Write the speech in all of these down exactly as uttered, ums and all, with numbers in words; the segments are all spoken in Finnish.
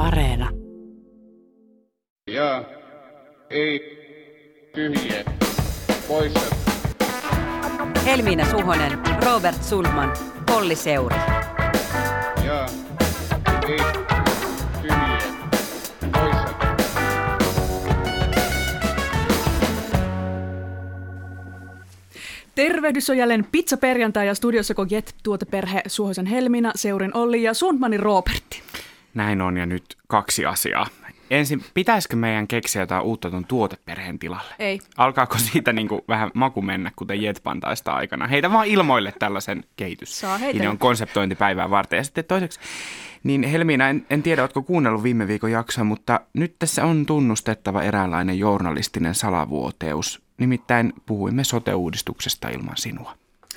Areena. Ja ei tyhjiä poissa. Helmiina Suhonen, Robert Sundman, Polli Seuri. Ja ei tyhjiä poissa. Tervehdys on jälleen Pizza Perjantai ja studiossa koko Jet-tuoteperhe Suhosen Helmiina, Seurin Olli ja Sundmanin Robertti. Näin on, ja nyt kaksi asiaa. Ensin, pitäisikö meidän keksiä jotain uutta tuon tuoteperheen tilalle? Ei. Alkaako siitä niin kuin vähän maku mennä, kuten Jet-pantaista aikana? Heitä vaan ilmoille tällaisen kehitys. Saa heitä. Idean konseptointipäivää varten. Ja sitten toiseksi, niin Helmiina, en, en tiedä, ootko kuunnellut viime viikon jaksoa, mutta nyt tässä on tunnustettava eräänlainen journalistinen salavuoteus. Nimittäin puhuimme sote-uudistuksesta ilman sinua.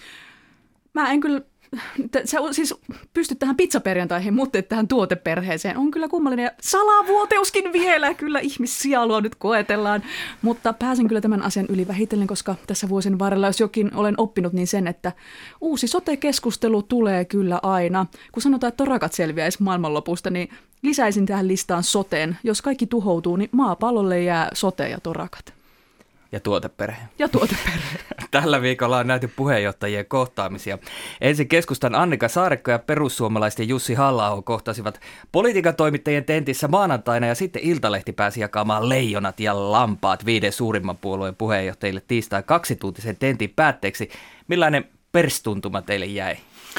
Mä en kyllä, sä siis pysty tähän pizzaperjantaihin, mutta tähän tuoteperheeseen on kyllä kummallinen. Ja salavuoteuskin vielä, kyllä ihmissialua nyt koetellaan. Mutta pääsen kyllä tämän asian yli vähitellen, koska tässä vuosien varrella, jos jokin olen oppinut, niin sen, että uusi sote-keskustelu tulee kyllä aina. Kun sanotaan, että torakat selviäisi maailmanlopusta, niin lisäisin tähän listaan soteen. Jos kaikki tuhoutuu, niin maapallolle jää sote ja torakat. Ja tuoteperhe. Ja tuoteperhe. Tällä viikolla on nähty puheenjohtajien kohtaamisia. Ensin keskustan Annika Saarikko ja perussuomalaisten Jussi Halla-aho kohtasivat politiikan toimittajien tentissä maanantaina ja sitten Iltalehti pääsi jakamaan leijonat ja lampaat viiden suurimman puolueen puheenjohtajille tiistai kaksituntisen tentin päätteeksi. Millainen perstuntuma teille jäi?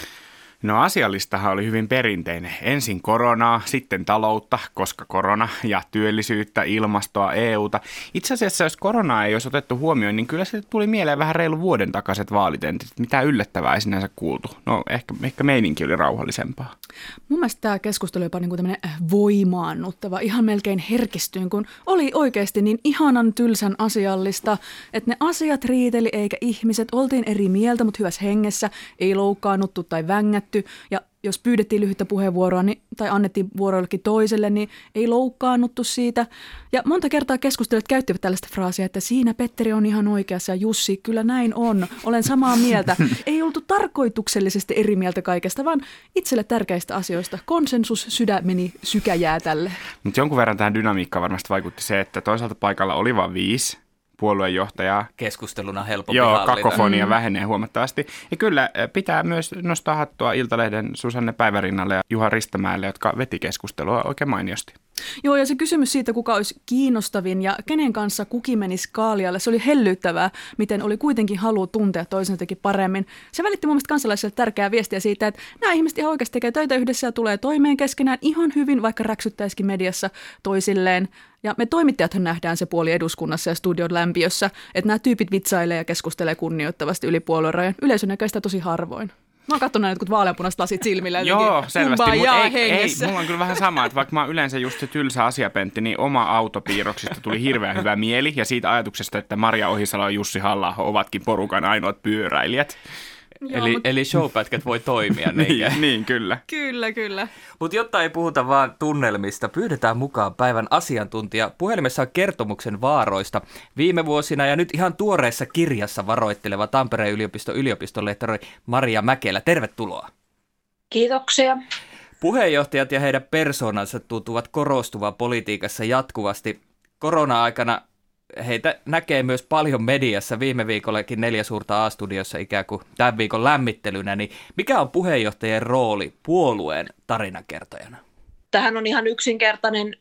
No asialistahan oli hyvin perinteinen. Ensin koronaa, sitten taloutta, koska korona, ja työllisyyttä, ilmastoa, E U:ta. Itse asiassa, jos koronaa ei olisi otettu huomioon, niin kyllä se tuli mieleen vähän reilu vuoden takaiset vaalitentit. Mitä yllättävää ei sinänsä kuultu. No ehkä, ehkä meininki oli rauhallisempaa. Mun mielestä tämä keskustelu oli jopa niin kuin tämmöinen voimaannuttava. Ihan melkein herkistyin, kun oli oikeasti niin ihanan tylsän asiallista, että ne asiat riiteli eikä ihmiset. Oltiin eri mieltä, mutta hyvässä hengessä. Ei loukkaannuttu tai vängätty. Ja jos pyydettiin lyhyttä puheenvuoroa niin, tai annettiin vuoroillekin toiselle, niin ei loukkaannuttu siitä. Ja monta kertaa keskustelijat käyttivät tällaista fraasia, että siinä Petteri on ihan oikeassa ja Jussi, kyllä näin on. Olen samaa mieltä. Ei oltu tarkoituksellisesti eri mieltä kaikesta, vaan itselle tärkeistä asioista. Konsensus sydämeni sykäjää tälle. Mutta jonkun verran tähän dynamiikkaan varmasti vaikutti se, että toisaalta paikalla oli vain viisi puoluejohtajaa. Keskusteluna helpompi Joo, hallita. kakofonia mm. vähenee huomattavasti. Ja kyllä pitää myös nostaa hattua Iltalehden Susanne Päivärinnalle ja Juha Ristamäelle, jotka veti keskustelua oikein mainiosti. Joo, ja se kysymys siitä, kuka olisi kiinnostavin ja kenen kanssa kukin menisi kaalialle, se oli hellyttävää, miten oli kuitenkin halu tuntea toisen jotenkin paremmin. Se välitti mun mielestä kansalaisille tärkeää viestiä siitä, että nämä ihmiset ihan oikeasti tekee töitä yhdessä ja tulee toimeen keskenään ihan hyvin, vaikka räksyttäisikin mediassa toisilleen. Ja me toimittajathan nähdään se puoli eduskunnassa ja studion lämpiössä, että nämä tyypit vitsailee ja keskustelee kunnioittavasti yli puoluerajan. Yleisö näkee sitä tosi harvoin. Mä oon katsonut näitä vaaleanpunaiset lasit silmillä. Joo, selvästi. Mutta ei, ei, hengessä. mulla on kyllä vähän sama, että vaikka mä oon yleensä just se tylsä asiapentti, niin oma autopiirroksista tuli hirveän hyvä mieli. Ja siitä ajatuksesta, että Maria Ohisalo ja Jussi Halla-aho ovatkin porukan ainoat pyöräilijät. Joo, eli, mutta... eli showpätkät voi toimia. niin, niin, kyllä. Kyllä, kyllä. Mutta jotta ei puhuta vaan tunnelmista, pyydetään mukaan päivän asiantuntija. Puhelimessa on kertomuksen vaaroista viime vuosina ja nyt ihan tuoreessa kirjassa varoitteleva Tampereen yliopiston yliopistonlehtori Maria Mäkelä. Tervetuloa. Kiitoksia. Puheenjohtajat ja heidän persoonansa tuntuvat korostuvan politiikassa jatkuvasti. Korona-aikana heitä näkee myös paljon mediassa, viime viikollakin Neljä suurta A-studiossa ikään kuin tämän viikon lämmittelynä, niin mikä on puheenjohtajien rooli puolueen tarinakertojana? Tähän on ihan yksinkertainen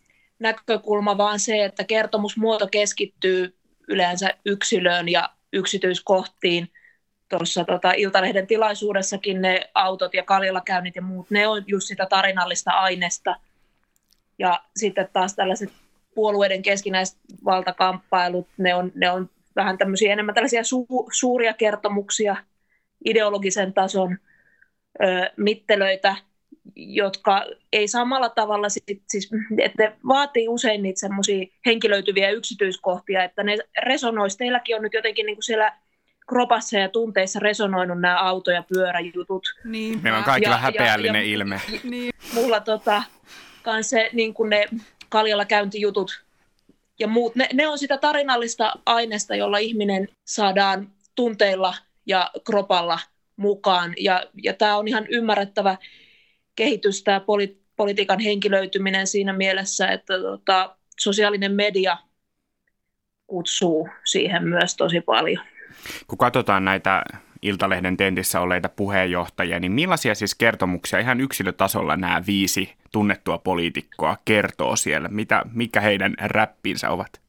näkökulma vaan se, että kertomusmuoto keskittyy yleensä yksilöön ja yksityiskohtiin. Tuossa tota, Iltalehden tilaisuudessakin ne autot ja Kaljalla-käynnit ja muut, ne on just sitä tarinallista aineesta. Ja sitten taas tällaiset puolueiden keskinäiset valtakamppailut, ne on, ne on vähän tämmöisiä enemmän tällaisia su, suuria kertomuksia, ideologisen tason ö, mittelöitä, jotka ei samalla tavalla, sit, siis, että ne vaatii usein niitä semmoisia henkilöityviä yksityiskohtia, että ne resonoisi. Teilläkin on nyt jotenkin niin kuin siellä kropassa ja tunteissa resonoinut nämä auto- ja pyöräjutut. Niin. Meillä on kaikilla ja, häpeällinen ja, ilme. Ja, niin. Mulla tota, kans se, niin kuin ne Kaljalla käyntijutut ja muut, ne, ne on sitä tarinallista aineesta, jolla ihminen saadaan tunteilla ja kropalla mukaan. Ja, ja tämä on ihan ymmärrettävä kehitys, tämä poli, politiikan henkilöityminen siinä mielessä, että tota, sosiaalinen media kutsuu siihen myös tosi paljon. Kun katsotaan näitä Iltalehden tentissä olleita puheenjohtajia, niin millaisia siis kertomuksia ihan yksilötasolla nämä viisi tunnettua poliitikkoa kertoo siellä? Mitä, mikä heidän räppinsä ovat?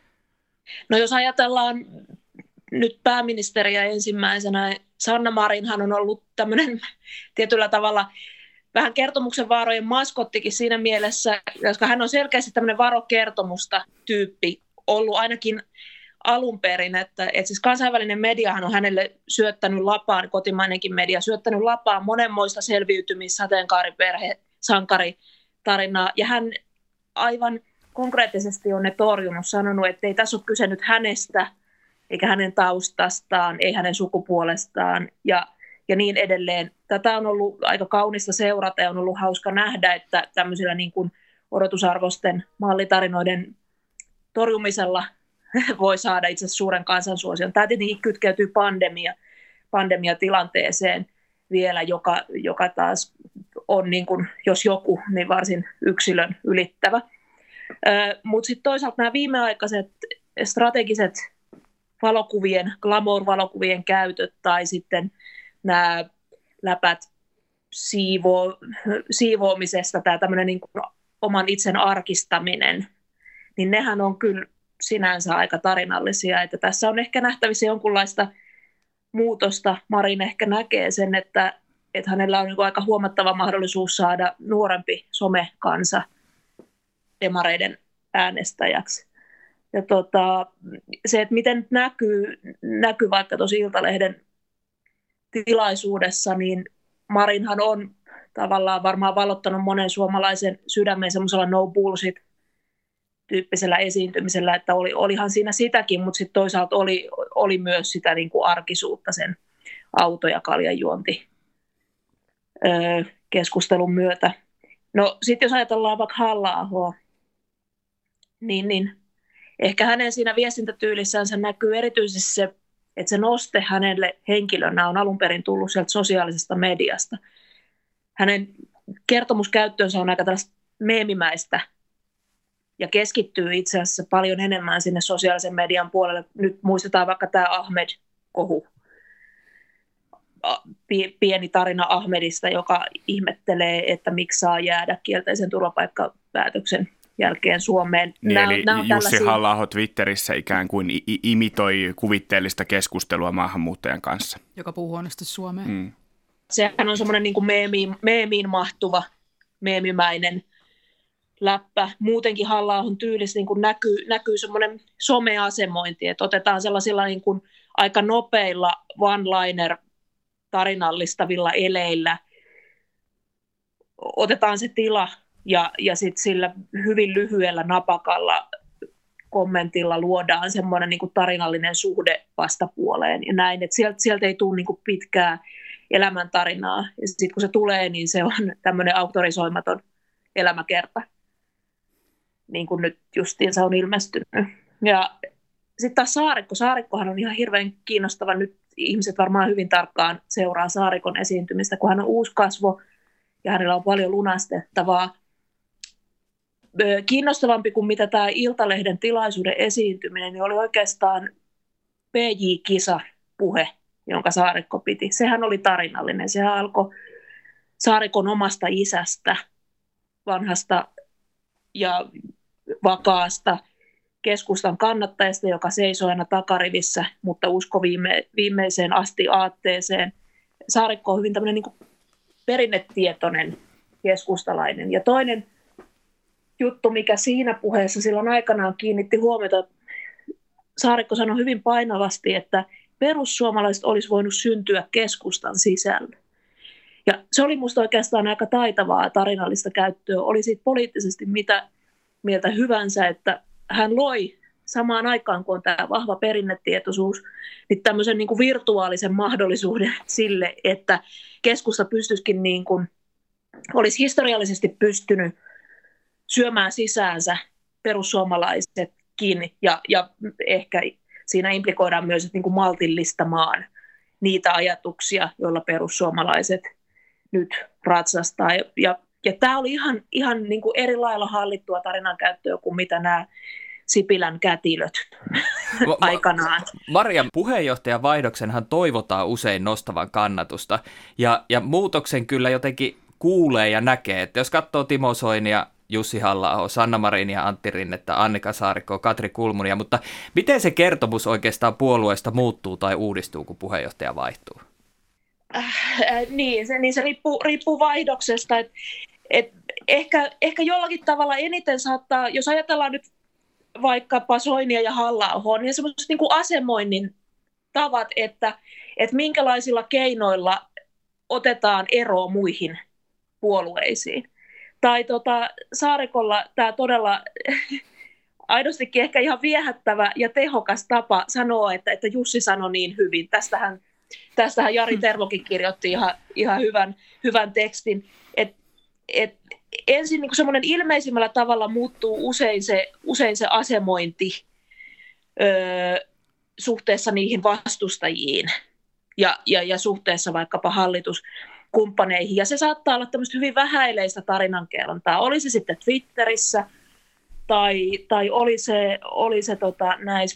No jos ajatellaan nyt pääministeriä ensimmäisenä, Sanna Marinhan on ollut tämmöinen tietyllä tavalla vähän kertomuksen vaarojen maskottikin siinä mielessä, koska hän on selkeästi tämmöinen varokertomusta tyyppi ollut ainakin alun perin, että, että siis kansainvälinen mediahan on hänelle syöttänyt lapaan, kotimainenkin media syöttänyt lapaan monenmoista selviytymis-, sateenkaariperhe-, sankaritarinaa, ja hän aivan konkreettisesti on ne torjunut, sanonut, että ei tässä ole kyse nyt hänestä, eikä hänen taustastaan, ei hänen sukupuolestaan, ja, ja niin edelleen. Tätä on ollut aika kaunista seurata, ja on ollut hauska nähdä, että tämmöisillä niin kuin odotusarvoisten mallitarinoiden torjumisella voi saada itse asiassa suuren kansansuosion. Tämä tietenkin kytkeytyy pandemia, pandemiatilanteeseen vielä, joka, joka taas on, niin kuin, jos joku, niin varsin yksilön ylittävä. Mutta sitten toisaalta nämä viimeaikaiset strategiset valokuvien, glamour-valokuvien käytöt tai sitten nämä läpät siivo, siivoamisesta, tämä tämmöinen niin kuin oman itsen arkistaminen, niin nehän on kyllä sinänsä aika tarinallisia, että tässä on ehkä nähtävissä jonkunlaista muutosta. Marin ehkä näkee sen, että, että hänellä on niin kuin aika huomattava mahdollisuus saada nuorempi somekansa demareiden äänestäjäksi. Ja tota, se, että miten näkyy, näkyy vaikka tuossa Iltalehden tilaisuudessa, niin Marinhan on tavallaan varmaan valottanut monen suomalaisen sydämen semmoisella no bullshit tyyppisellä esiintymisellä, että oli, olihan siinä sitäkin, mutta sitten toisaalta oli, oli myös sitä niin kuin arkisuutta sen auto- ja kaljanjuonti öö, keskustelun myötä. No sitten jos ajatellaan vaikka Halla-ahoa, niin, niin ehkä hänen siinä viestintätyylissään näkyy erityisesti se, että se noste hänelle henkilönä on alun perin tullut sieltä sosiaalisesta mediasta. Hänen kertomuskäyttöönsä on aika tällaista meemimäistä ja keskittyy itse asiassa paljon enemmän sinne sosiaalisen median puolelle. Nyt muistetaan vaikka tämä Ahmed-kohu, pieni tarina Ahmedista, joka ihmettelee, että miksi saa jäädä kielteisen turvapaikkapäätöksen jälkeen Suomeen. Niin, nämä, eli nämä Jussi tällaisia... Halla-aho Twitterissä ikään kuin i- imitoi kuvitteellista keskustelua maahanmuuttajan kanssa. Joka puhuu huonosti suomeen. Mm. Sehän on semmoinen niin kuin meemiin, meemiin mahtuva, meemimäinen läppä. Muutenkin Halla-ahon tyylissä niin kuin näkyy, näkyy semmoinen someasemointi, että otetaan sellaisilla niin kuin aika nopeilla one-liner tarinallistavilla eleillä, otetaan se tila ja, ja sitten sillä hyvin lyhyellä napakalla kommentilla luodaan semmoinen niin kuin tarinallinen suhde vastapuoleen ja näin, että sieltä, sieltä ei tule niin kuin pitkää elämäntarinaa ja sitten kun se tulee, niin se on tämmöinen auktorisoimaton elämäkerta, niin kuin nyt justiinsa on ilmestynyt. Ja sitten taas Saarikko. Saarikkohan on ihan hirveän kiinnostava. Nyt ihmiset varmaan hyvin tarkkaan seuraa Saarikon esiintymistä, kun hän on uusi kasvo ja hänellä on paljon lunastettavaa. Kiinnostavampi kuin mitä tämä Iltalehden tilaisuuden esiintyminen, niin oli oikeastaan P J-kisa-puhe, jonka Saarikko piti. Sehän oli tarinallinen. Sehän alkoi Saarikon omasta isästä, vanhasta ja vakaasta keskustan kannattajasta, joka seisoi aina takarivissä, mutta usko viime, viimeiseen asti aatteeseen. Saarikko on hyvin tämmöinen niin kuin perinnetietoinen keskustalainen. Ja toinen juttu, mikä siinä puheessa silloin aikanaan kiinnitti huomiota, Saarikko sanoi hyvin painavasti, että perussuomalaiset olisi voinut syntyä keskustan sisällä. Ja se oli musta oikeastaan aika taitavaa tarinallista käyttöä. Oli siitä poliittisesti mitä mieltä hyvänsä, että hän loi samaan aikaan, kun on tämä vahva perinnetietoisuus, niin tämmöisen niin kuin virtuaalisen mahdollisuuden sille, että keskusta pystyisikin niin kuin, olisi historiallisesti pystynyt syömään sisäänsä perussuomalaiset kiinni ja, ja ehkä siinä implikoidaan myös, että niin kuin maltillistamaan niitä ajatuksia, joilla perussuomalaiset nyt ratsastaa. Ja Ja tämä oli ihan, ihan niin kuin eri lailla hallittua tarinankäyttöä kuin mitä nämä Sipilän kätilöt Ma- aikanaan. Maria, puheenjohtajan vaihdoksenhan toivotaan usein nostavan kannatusta, ja, ja muutoksen kyllä jotenkin kuulee ja näkee, että jos katsoo Timo Soinia, Jussi Halla-aho, Sanna Marinia, Antti Rinnettä, Annika Saarikkoa, Katri Kulmunia, mutta miten se kertomus oikeastaan puolueesta muuttuu tai uudistuu, kun puheenjohtaja vaihtuu? Äh, äh, niin, se, niin se riippuu, riippuu vaihdoksesta, että et ehkä, ehkä jollakin tavalla eniten saattaa, jos ajatellaan nyt vaikkapa Soinia ja Halla-ahoa, niin semmoiset niin kuin asemoinnin tavat, että, että minkälaisilla keinoilla otetaan eroa muihin puolueisiin. Tai tota, Saarikolla tämä todella aidostikin ehkä ihan viehättävä ja tehokas tapa sanoa, että, että Jussi sanoi niin hyvin. Tästähän, tästähän Jari Tervokin kirjoitti ihan, ihan hyvän, hyvän tekstin. Et, et ensin niin semmoinen ilmeisimmällä tavalla muuttuu usein se, usein se asemointi öö, suhteessa niihin vastustajiin ja, ja, ja suhteessa vaikkapa hallituskumppaneihin. Ja se saattaa olla tämmöistä hyvin vähäileistä tarinankerrontaa. Oli se sitten Twitterissä tai, tai oli se, oli se tota, näissä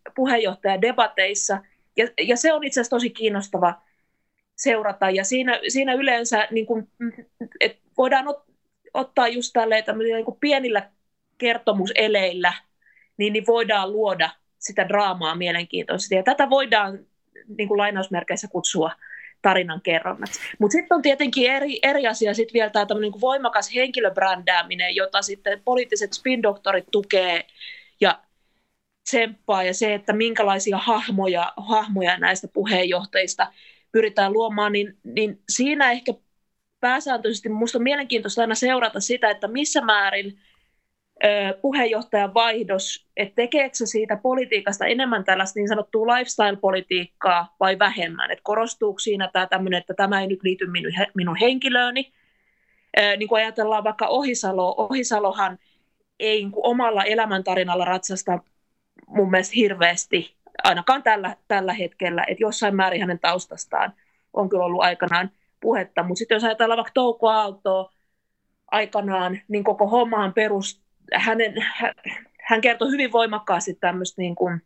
puheenjohtajadebateissa. Ja, ja se on itse asiassa tosi kiinnostava seurata. Ja siinä, siinä yleensä niin kun, et voidaan ot, ottaa just tälleen niin kuin pienillä kertomuseleillä, niin, niin voidaan luoda sitä draamaa mielenkiintoisesti. Ja tätä voidaan niin kuin lainausmerkeissä kutsua tarinan kerronnaksi. Mutta sitten on tietenkin eri, eri asia sit vielä tämä niin kuin voimakas henkilöbrändääminen, jota sitten poliittiset spin-doktorit tukee ja tsemppaa, ja se, että minkälaisia hahmoja, hahmoja näistä puheenjohtajista pyritään luomaan, niin, niin siinä ehkä pääsääntöisesti minusta on mielenkiintoista aina seurata sitä, että missä määrin ö, puheenjohtajan vaihdos, että tekeekö se siitä politiikasta enemmän tällaista niin sanottua lifestyle-politiikkaa vai vähemmän, että korostuuko siinä tämä tämmöinen, että tämä ei nyt liity minun, minun henkilööni. Ö, niin kuin ajatellaan vaikka Ohisalo, Ohisalohan ei niin kuin omalla elämäntarinalla ratsasta mun mielestä hirveästi, ainakaan tällä, tällä hetkellä, että jossain määrin hänen taustastaan on kyllä ollut aikanaan puhetta, mutta sitten jos ajatellaan vaikka Touko Aaltoa aikanaan, niin koko hommaan perus, hänen, hän kertoi hyvin voimakkaasti tämmöistä niin kuin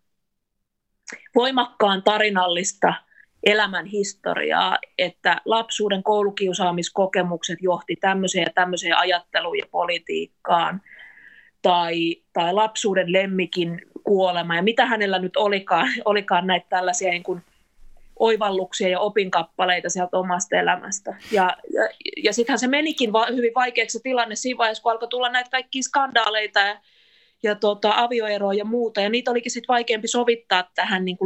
voimakkaan tarinallista elämän historiaa, että lapsuuden koulukiusaamiskokemukset johti tämmöiseen ja tämmöiseen ajatteluun ja politiikkaan, tai, tai lapsuuden lemmikin kuolema, ja mitä hänellä nyt olikaan, olikaan näitä tällaisia niin kuin oivalluksia ja opinkappaleita sieltä omasta elämästä. Ja, ja, ja sittenhän se menikin va- hyvin vaikeaksi tilanne siinä vaiheessa, kun alkoi tulla näitä kaikkia skandaaleita ja, ja tota, avioeroa ja muuta, ja niitä olikin sitten vaikeampi sovittaa tähän niin kuin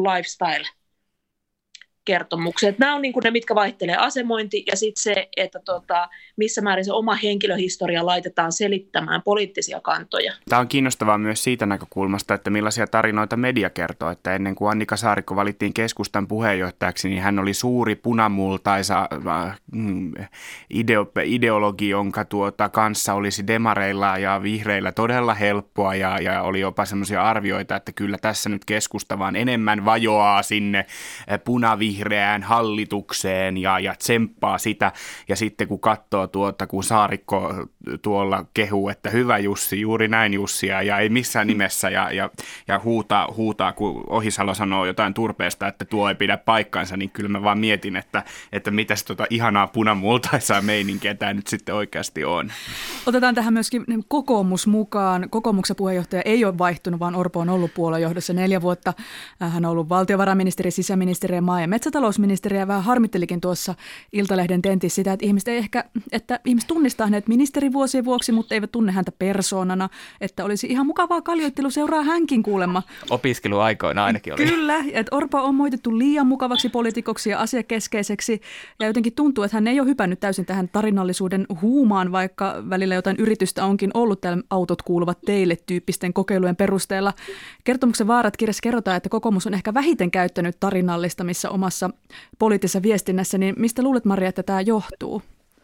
lifestyle-kertomukseen. Nämä on niin kuin ne, mitkä vaihtelee asemointi, ja sitten se, että tota, missä määrin se oma henkilöhistoria laitetaan selittämään poliittisia kantoja. Tämä on kiinnostavaa myös siitä näkökulmasta, että millaisia tarinoita media kertoo, että ennen kuin Annika Saarikko valittiin keskustan puheenjohtajaksi, niin hän oli suuri punamultaisa äh, ideo, ideologi, jonka tuota kanssa olisi demareilla ja vihreillä todella helppoa, ja, ja oli jopa semmoisia arvioita, että kyllä tässä nyt keskusta vaan enemmän vajoaa sinne punavihreään hallitukseen ja, ja tsemppaa sitä, ja sitten kun katsoo tuota, kun Saarikko tuolla kehuu, että hyvä Jussi, juuri näin Jussi, ja ei missään nimessä, ja, ja, ja huutaa, huutaa, kun Ohisalo sanoo jotain turpeesta, että tuo ei pidä paikkaansa, niin kyllä mä vaan mietin, että, että mitäs tota ihanaa punamultaisaa meininkiä tämä nyt sitten oikeasti on. Otetaan tähän myöskin kokoomus mukaan. Kokoomuksen puheenjohtaja ei ole vaihtunut, vaan Orpo on ollut puoluejohdossa neljä vuotta. Hän on ollut valtiovarainministeri, sisäministeri ja maa- ja metsätalousministeri, ja vähän harmittelikin tuossa Iltalehden tentissä sitä, että ihmiset ei ehkä, että ihmiset tunnistaa hänet ministerivuosien vuoksi, mutta eivät tunne häntä persoonana, että olisi ihan mukavaa kaljoittelu seuraa hänkin kuulemma. Opiskeluaikoina ainakin oli. Kyllä, että Orpo on moitettu liian mukavaksi poliitikoksi ja asiakeskeiseksi, ja jotenkin tuntuu, että hän ei ole hypännyt täysin tähän tarinallisuuden huumaan, vaikka välillä jotain yritystä onkin ollut täällä autot kuuluvat teille -tyyppisten kokeilujen perusteella. Kertomuksen vaarat -kirjassa kerrotaan, että kokoomus on ehkä vähiten käyttänyt tarinallistamissa omassa poliittisessa viestinnässä, niin mistä luulet, Maria, että tämä johtuu?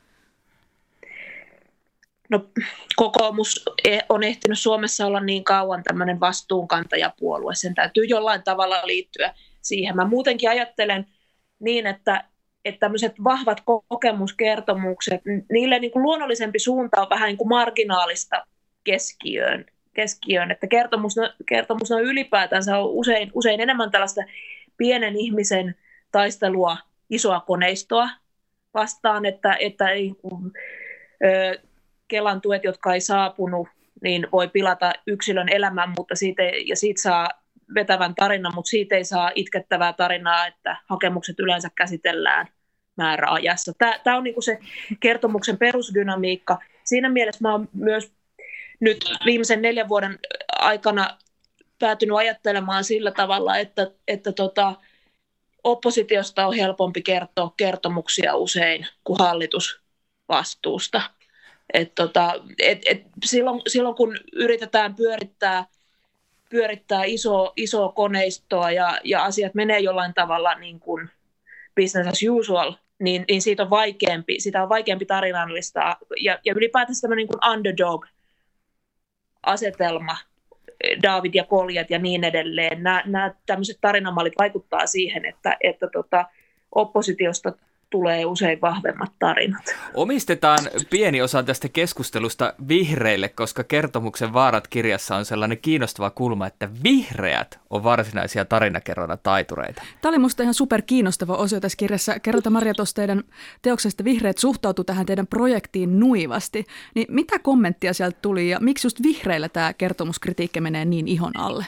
No, kokoomus on ehtinyt Suomessa olla niin kauan tämmöinen vastuunkantajapuolue. Sen täytyy jollain tavalla liittyä siihen. Mä muutenkin ajattelen niin, että, että tämmöiset vahvat kokemuskertomukset, niille niin kuin luonnollisempi suunta on vähän niin kuin marginaalista keskiöön. keskiöön. Että kertomus, kertomus on ylipäätänsä on usein, usein enemmän tällaista pienen ihmisen taistelua isoa koneistoa vastaan, että, että ö, Kelan tuet, jotka ei saapunut, niin voi pilata yksilön elämän, mutta siitä, ja siitä saa vetävän tarinan, mutta siitä ei saa itkettävää tarinaa, että hakemukset yleensä käsitellään määräajassa. Tämä, tämä on niin kuin se kertomuksen perusdynamiikka. Siinä mielessä mä oon myös nyt viimeisen neljän vuoden aikana päätynyt ajattelemaan sillä tavalla, että, että tota, oppositiosta on helpompi kertoa kertomuksia usein kuin hallitusvastuusta. Et tota, et, et silloin, silloin kun yritetään pyörittää, pyörittää iso, isoa koneistoa ja, ja asiat menee jollain tavalla niin kuin business as usual, niin, niin siitä on vaikeampi, sitä on vaikeampi tarinallistaa. Ja, ja ylipäätään tämmöinen niin kuin underdog-asetelma, David ja Koljat ja niin edelleen, nämä, nämä tämmöiset tarinamallit vaikuttaa siihen, että, että tota, oppositiosta tulee usein vahvemmat tarinat. Omistetaan pieni osa tästä keskustelusta vihreille, koska kertomuksen vaarat -kirjassa on sellainen kiinnostava kulma, että vihreät on varsinaisia tarinakerronnan taitureita. Tämä oli musta ihan super kiinnostava osio tässä kirjassa. Kerrotaan Maria tuosta teidän teoksesta Vihreät suhtautuu tähän teidän projektiin nuivasti. Niin mitä kommenttia sieltä tuli ja miksi just vihreillä tämä kertomuskritiikki menee niin ihon alle?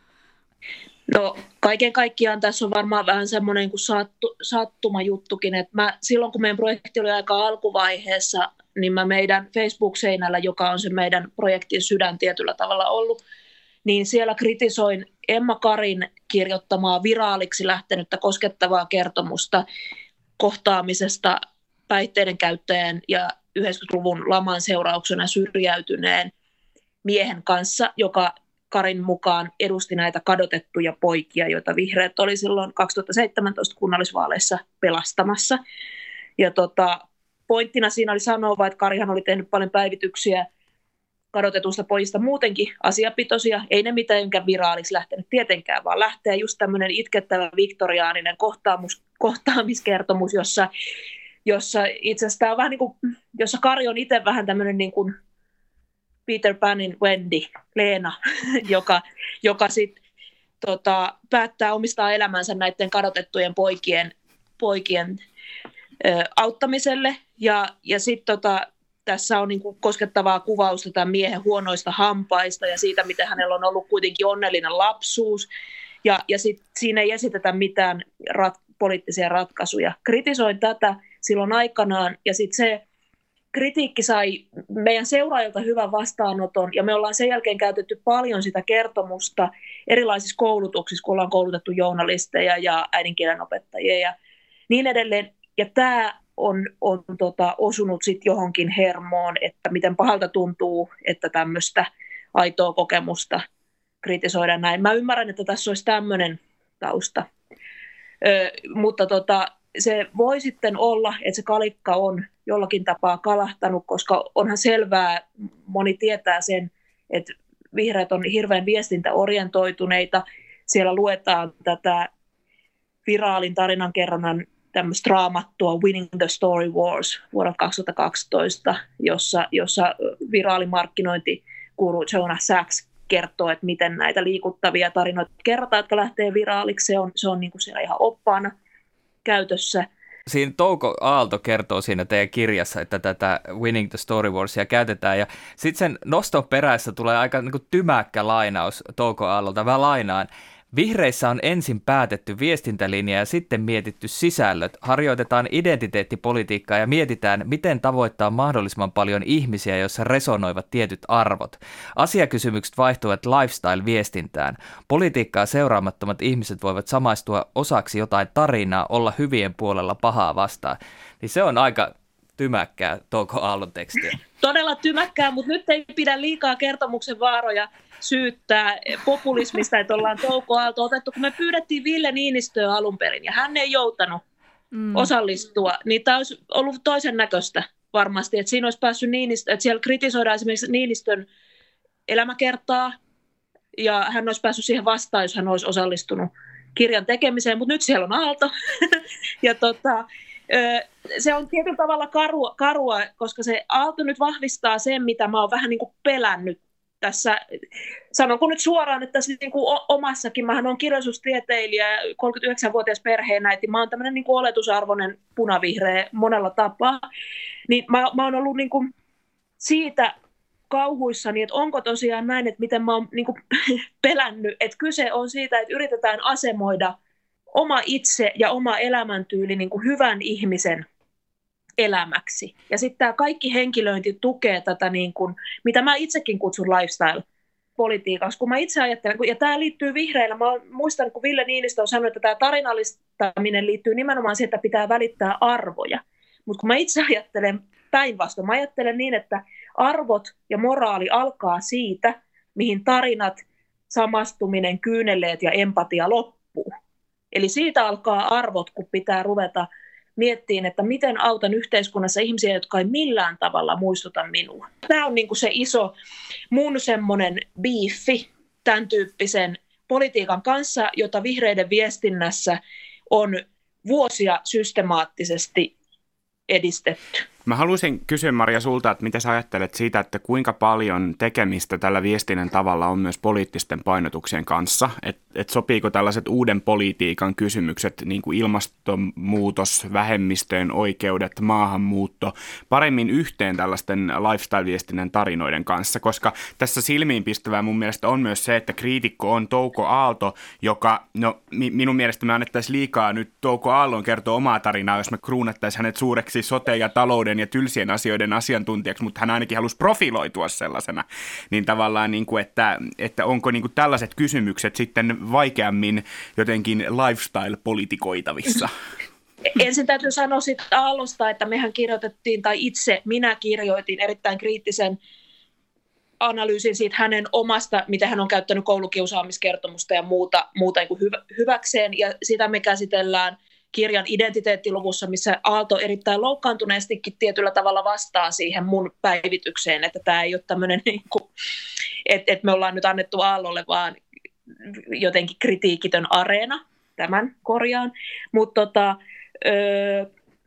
No kaiken kaikkiaan tässä on varmaan vähän semmoinen kuin sattu, sattumajuttukin, että mä, silloin kun meidän projekti oli aika alkuvaiheessa, niin mä meidän Facebook-seinällä, joka on se meidän projektin sydän tietyllä tavalla ollut, niin siellä kritisoin Emma Karin kirjoittamaa viraaliksi lähtenyttä koskettavaa kertomusta kohtaamisesta päihteiden käyttäjän ja yhdeksänkymmentäluvun laman seurauksena syrjäytyneen miehen kanssa, joka Karin mukaan edusti näitä kadotettuja poikia, joita vihreät oli silloin kaksituhattaseitsemäntoista kunnallisvaaleissa pelastamassa. Ja tota, pointtina siinä oli sanoa, että Karihan oli tehnyt paljon päivityksiä kadotetusta pojista muutenkin asiapitoisia. Ei ne mitenkään viraaliksi lähtenyt tietenkään, vaan lähtee just tämmöinen itkettävä viktoriaaninen kohtaamus, kohtaamiskertomus, jossa, jossa itse asiassa on vähän niin kuin, jossa Kari on itse vähän tämmöinen niin kuin Peter Panin Wendy, Leena, joka, joka sitten tota, päättää omistaa elämänsä näiden kadotettujen poikien, poikien ö, auttamiselle. Ja, ja sitten tota, tässä on niinku koskettavaa kuvausta tämän miehen huonoista hampaista ja siitä, miten hänellä on ollut kuitenkin onnellinen lapsuus. Ja, ja sitten siinä ei esitetä mitään rat, poliittisia ratkaisuja. Kritisoin tätä silloin aikanaan ja sitten se kritiikki sai meidän seuraajilta hyvän vastaanoton ja me ollaan sen jälkeen käytetty paljon sitä kertomusta erilaisissa koulutuksissa, kun ollaan koulutettu journalisteja ja äidinkielen ja niin edelleen. Ja tämä on, on tota, osunut sitten johonkin hermoon, että miten pahalta tuntuu, että tämmöistä aitoa kokemusta kritisoidaan näin. Mä ymmärrän, että tässä olisi tämmöinen tausta, Ö, mutta tota, se voi sitten olla, että se kalikka on jollakin tapaa kalahtanut, koska onhan selvää, moni tietää sen, että vihreät on hirveän viestintäorientoituneita. Siellä luetaan tätä viraalin tarinankerronnan tämmöistä raamattua Winning the Story Wars vuodelta kaksituhattakaksitoista, jossa, jossa viraalimarkkinointikuru Jonah Sachs kertoo, että miten näitä liikuttavia tarinoita kerrotaan, jotka lähtee viraaliksi. Se on, se on niin kuin siellä ihan oppaana käytössä. Siinä Touko Aalto kertoo siinä teidän kirjassa, että tätä Winning the Story Warsia käytetään, ja sitten sen noston perässä tulee aika niin kuin tymäkkä lainaus Touko Aallolta. Mä lainaan. Vihreissä on ensin päätetty viestintälinja ja sitten mietitty sisällöt. Harjoitetaan identiteettipolitiikkaa ja mietitään, miten tavoittaa mahdollisimman paljon ihmisiä, joissa resonoivat tietyt arvot. Asiakysymykset vaihtuvat lifestyle-viestintään. Politiikkaa seuraamattomat ihmiset voivat samaistua osaksi jotain tarinaa, olla hyvien puolella pahaa vastaan. Niin se on aika tymäkkää Touko Aallon tekstiä. Todella tymäkkää, mutta nyt ei pidä liikaa kertomuksen vaaroja syyttää populismista, että ollaan Touko Aalto otettu, kun me pyydettiin Ville Niinistöä alun perin, ja hän ei joutanut mm. osallistua, niin tämä olisi ollut toisen näköistä varmasti, että siinä olisi päässyt Niinistö, että siellä kritisoidaan esimerkiksi Niinistön elämäkertaa, ja hän olisi päässyt siihen vastaan, jos hän olisi osallistunut kirjan tekemiseen, mutta nyt siellä on Aalto, ja tota, Se on tietyllä tavalla karua, karua, koska se Aalto nyt vahvistaa sen, mitä mä oon vähän niin kuin pelännyt tässä. Sanonko nyt suoraan, että niin kuin omassakin, mähän olen kirjallisuustieteilijä, kolmekymmentäyhdeksänvuotias perheenäiti, mä oon tämmöinen niin kuin oletusarvoinen punavihreä monella tapaa, niin mä, mä oon ollut niin kuin siitä kauhuissani, että onko tosiaan näin, että miten mä oon niin kuin pelännyt, että kyse on siitä, että yritetään asemoida oma itse ja oma elämäntyyli niin kuin hyvän ihmisen elämäksi. Ja sitten tämä kaikki henkilöinti tukee tätä, niin kuin, mitä mä itsekin kutsun lifestyle-politiikaksi. Kun mä itse ajattelen, ja tämä liittyy vihreillä, mä muistan, kun Ville Niinistö on sanonut, että tämä tarinallistaminen liittyy nimenomaan siihen, että pitää välittää arvoja. Mutta kun mä itse ajattelen päinvastoin, mä ajattelen niin, että arvot ja moraali alkaa siitä, mihin tarinat, samastuminen, kyyneleet ja empatia loppuu. Eli siitä alkaa arvot, kun pitää ruveta miettimään, että miten autan yhteiskunnassa ihmisiä, jotka ei millään tavalla muistuta minua. Tämä on niin kuin se iso mun semmoinen biifi tämän tyyppisen politiikan kanssa, jota vihreiden viestinnässä on vuosia systemaattisesti edistetty. Mä haluaisin kysyä, Maria, sulta, että mitä sä ajattelet siitä, että kuinka paljon tekemistä tällä viestinnän tavalla on myös poliittisten painotuksien kanssa, että et sopiiko tällaiset uuden politiikan kysymykset, niin kuin ilmastonmuutos, vähemmistöjen oikeudet, maahanmuutto, paremmin yhteen tällaisten lifestyle-viestinnän tarinoiden kanssa, koska tässä silmiinpistävää mun mielestä on myös se, että kriitikko on Touko Aalto, joka, no mi- minun mielestä me annettaisiin liikaa nyt Touko Aallon kertoa omaa tarinaa, jos me kruunattaisiin hänet suureksi sote- ja talouden ja tylsien asioiden asiantuntijaksi, mutta hän ainakin halusi profiloitua sellaisena, niin tavallaan, niin kuin, että, että onko niin kuin tällaiset kysymykset sitten vaikeammin jotenkin lifestyle-politikoitavissa? Ensin täytyy sanoa siitä Aallosta, että mehän kirjoitettiin, tai itse minä kirjoitin erittäin kriittisen analyysin siitä hänen omasta, miten hän on käyttänyt koulukiusaamiskertomusta ja muuta, muuta niin kuin hyväkseen, ja sitä me käsitellään kirjan identiteettiluvussa, missä Aalto erittäin loukkaantuneestikin tietyllä tavalla vastaa siihen mun päivitykseen, että tämä ei ole tämmöinen, niin kuin, että, että me ollaan nyt annettu Aallolle vaan jotenkin kritiikitön areena, tämän korjaan, mutta tota, öö,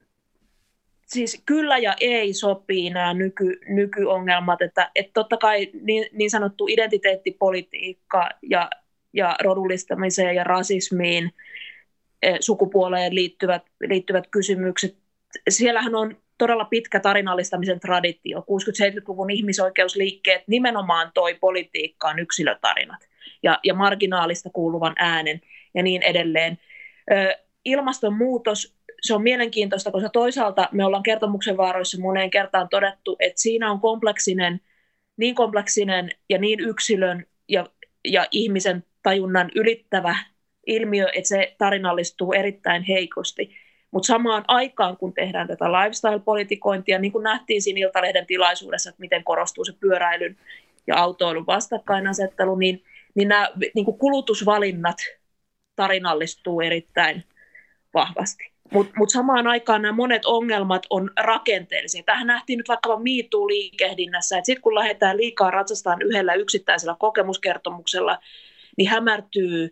siis kyllä ja ei sopii nämä nyky, nykyongelmat, että, että totta kai niin, niin sanottu identiteettipolitiikka ja, ja rodullistamiseen ja rasismiin, sukupuoleen liittyvät, liittyvät kysymykset. Siellähän on todella pitkä tarinallistamisen traditio. kuusikymmentä-seitsemänkymmentäluvun ihmisoikeusliikkeet nimenomaan toi politiikkaan yksilötarinat ja, ja marginaalista kuuluvan äänen ja niin edelleen. Ö, ilmastonmuutos, se on mielenkiintoista, koska toisaalta me ollaan kertomuksen vaaroissa moneen kertaan todettu, että siinä on kompleksinen, niin kompleksinen ja niin yksilön ja, ja ihmisen tajunnan ylittävä ilmiö, että se tarinallistuu erittäin heikosti. Mutta samaan aikaan, kun tehdään tätä lifestyle-politikointia, niin kuin nähtiin siinä Iltalehden tilaisuudessa, että miten korostuu se pyöräilyn ja autoilun vastakkainasettelu, niin, niin nämä niin kuin kulutusvalinnat tarinallistuu erittäin vahvasti. Mutta mut samaan aikaan nämä monet ongelmat on rakenteellisia. Tähän nähtiin nyt vaikka Me Too-liikehdinnässä, että sitten kun lähdetään liikaa ratsastaan yhdellä yksittäisellä kokemuskertomuksella, niin hämärtyy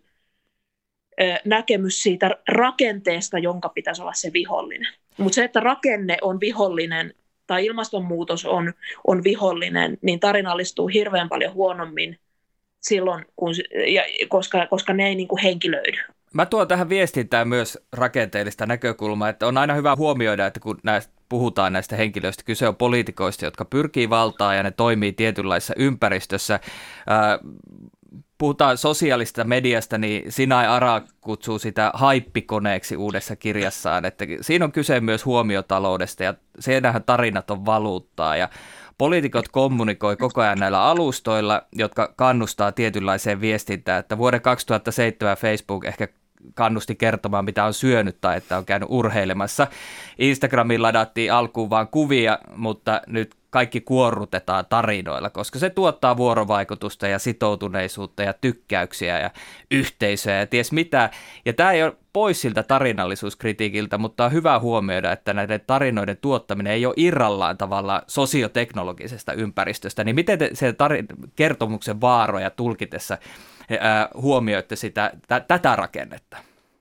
näkemys siitä rakenteesta, jonka pitäisi olla se vihollinen. Mutta se, että rakenne on vihollinen tai ilmastonmuutos on, on vihollinen, niin tarinallistuu hirveän paljon huonommin silloin, kun, ja, koska, koska ne ei niin kuin henkilöidy. Mä tuon tähän viestintään myös rakenteellista näkökulmaa, että on aina hyvä huomioida, että kun näistä puhutaan näistä henkilöistä, kyse on poliitikoista, jotka pyrkii valtaan ja ne toimii tietynlaisessa ympäristössä. Ää, Puhutaan sosiaalista mediasta, niin Sinai Ara kutsuu sitä haippikoneeksi uudessa kirjassaan, että siinä on kyse myös huomiotaloudesta ja siinähän tarinat on valuuttaa ja poliitikot kommunikoi koko ajan näillä alustoilla, jotka kannustaa tietynlaiseen viestintään, että vuoden kaksituhattaseitsemän Facebook ehkä kannusti kertomaan, mitä on syönyt tai että on käynyt urheilemassa. Instagramiin ladattiin alkuun vaan kuvia, mutta nyt kaikki kuorrutetaan tarinoilla, koska se tuottaa vuorovaikutusta ja sitoutuneisuutta ja tykkäyksiä ja yhteisöjä ja ties mitä. Ja tämä ei ole pois siltä tarinallisuuskritiikiltä, mutta on hyvä huomioida, että näiden tarinoiden tuottaminen ei ole irrallaan tavallaan sosioteknologisesta ympäristöstä. Niin miten te se tar- kertomuksen vaaroja tulkitessa ää, huomioitte sitä, t- tätä rakennetta?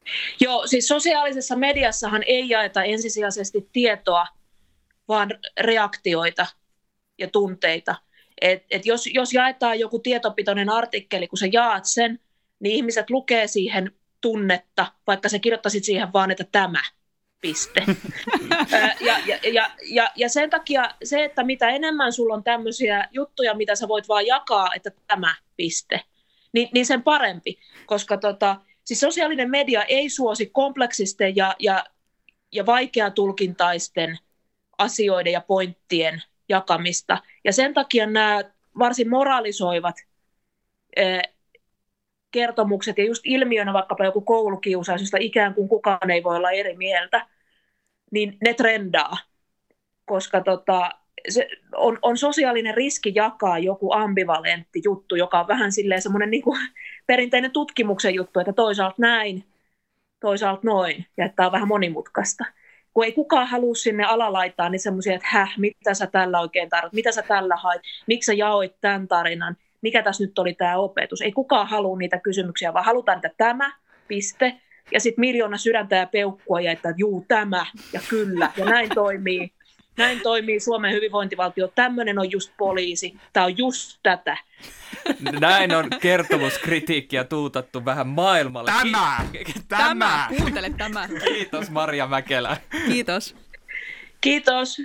Joo, siis sosiaalisessa mediassahan ei jaeta ensisijaisesti tietoa, vaan reaktioita ja tunteita. Et, et jos, jos jaetaan joku tietopitoinen artikkeli, kun sä jaat sen, niin ihmiset lukee siihen tunnetta, vaikka sä kirjoittaisit siihen vaan, että tämä, piste. ja, ja, ja, ja, ja sen takia se, että mitä enemmän sulla on tämmöisiä juttuja, mitä sä voit vaan jakaa, että tämä, piste, niin, niin sen parempi, koska tota, siis sosiaalinen media ei suosi kompleksisten ja, ja, ja vaikeatulkintaisten asioiden ja pointtien jakamista. Ja sen takia nämä varsin moralisoivat eh, kertomukset ja just ilmiönä vaikkapa joku koulukiusaus, josta ikään kuin kukaan ei voi olla eri mieltä, niin ne trendaa, koska tota, se on, on sosiaalinen riski jakaa joku ambivalentti juttu, joka on vähän silleen semmoinen niin kuin perinteinen tutkimuksen juttu, että toisaalta näin, toisaalta noin, ja että tämä on vähän monimutkaista. Kun ei kukaan halua sinne alalaittaa, niin semmoisia, että häh, mitä sä tällä oikein tarvitset, mitä sä tällä hait, miksi sä jaoit tämän tarinan, mikä tässä nyt oli tämä opetus. Ei kukaan halua niitä kysymyksiä, vaan halutaan, että tämä, piste, ja sitten miljoona sydäntä ja peukkua, ja että juu, tämä, ja kyllä, ja näin toimii. Näin toimii Suomen hyvinvointivaltio. Tämmöinen on just poliisi. Tämä on just tätä. Näin on kertomuskritiikkiä tuutattu vähän maailmalle. Tämä! Tämä! Tämä! Kuuntele tämä. Kiitos Maria Mäkelä. Kiitos. Kiitos.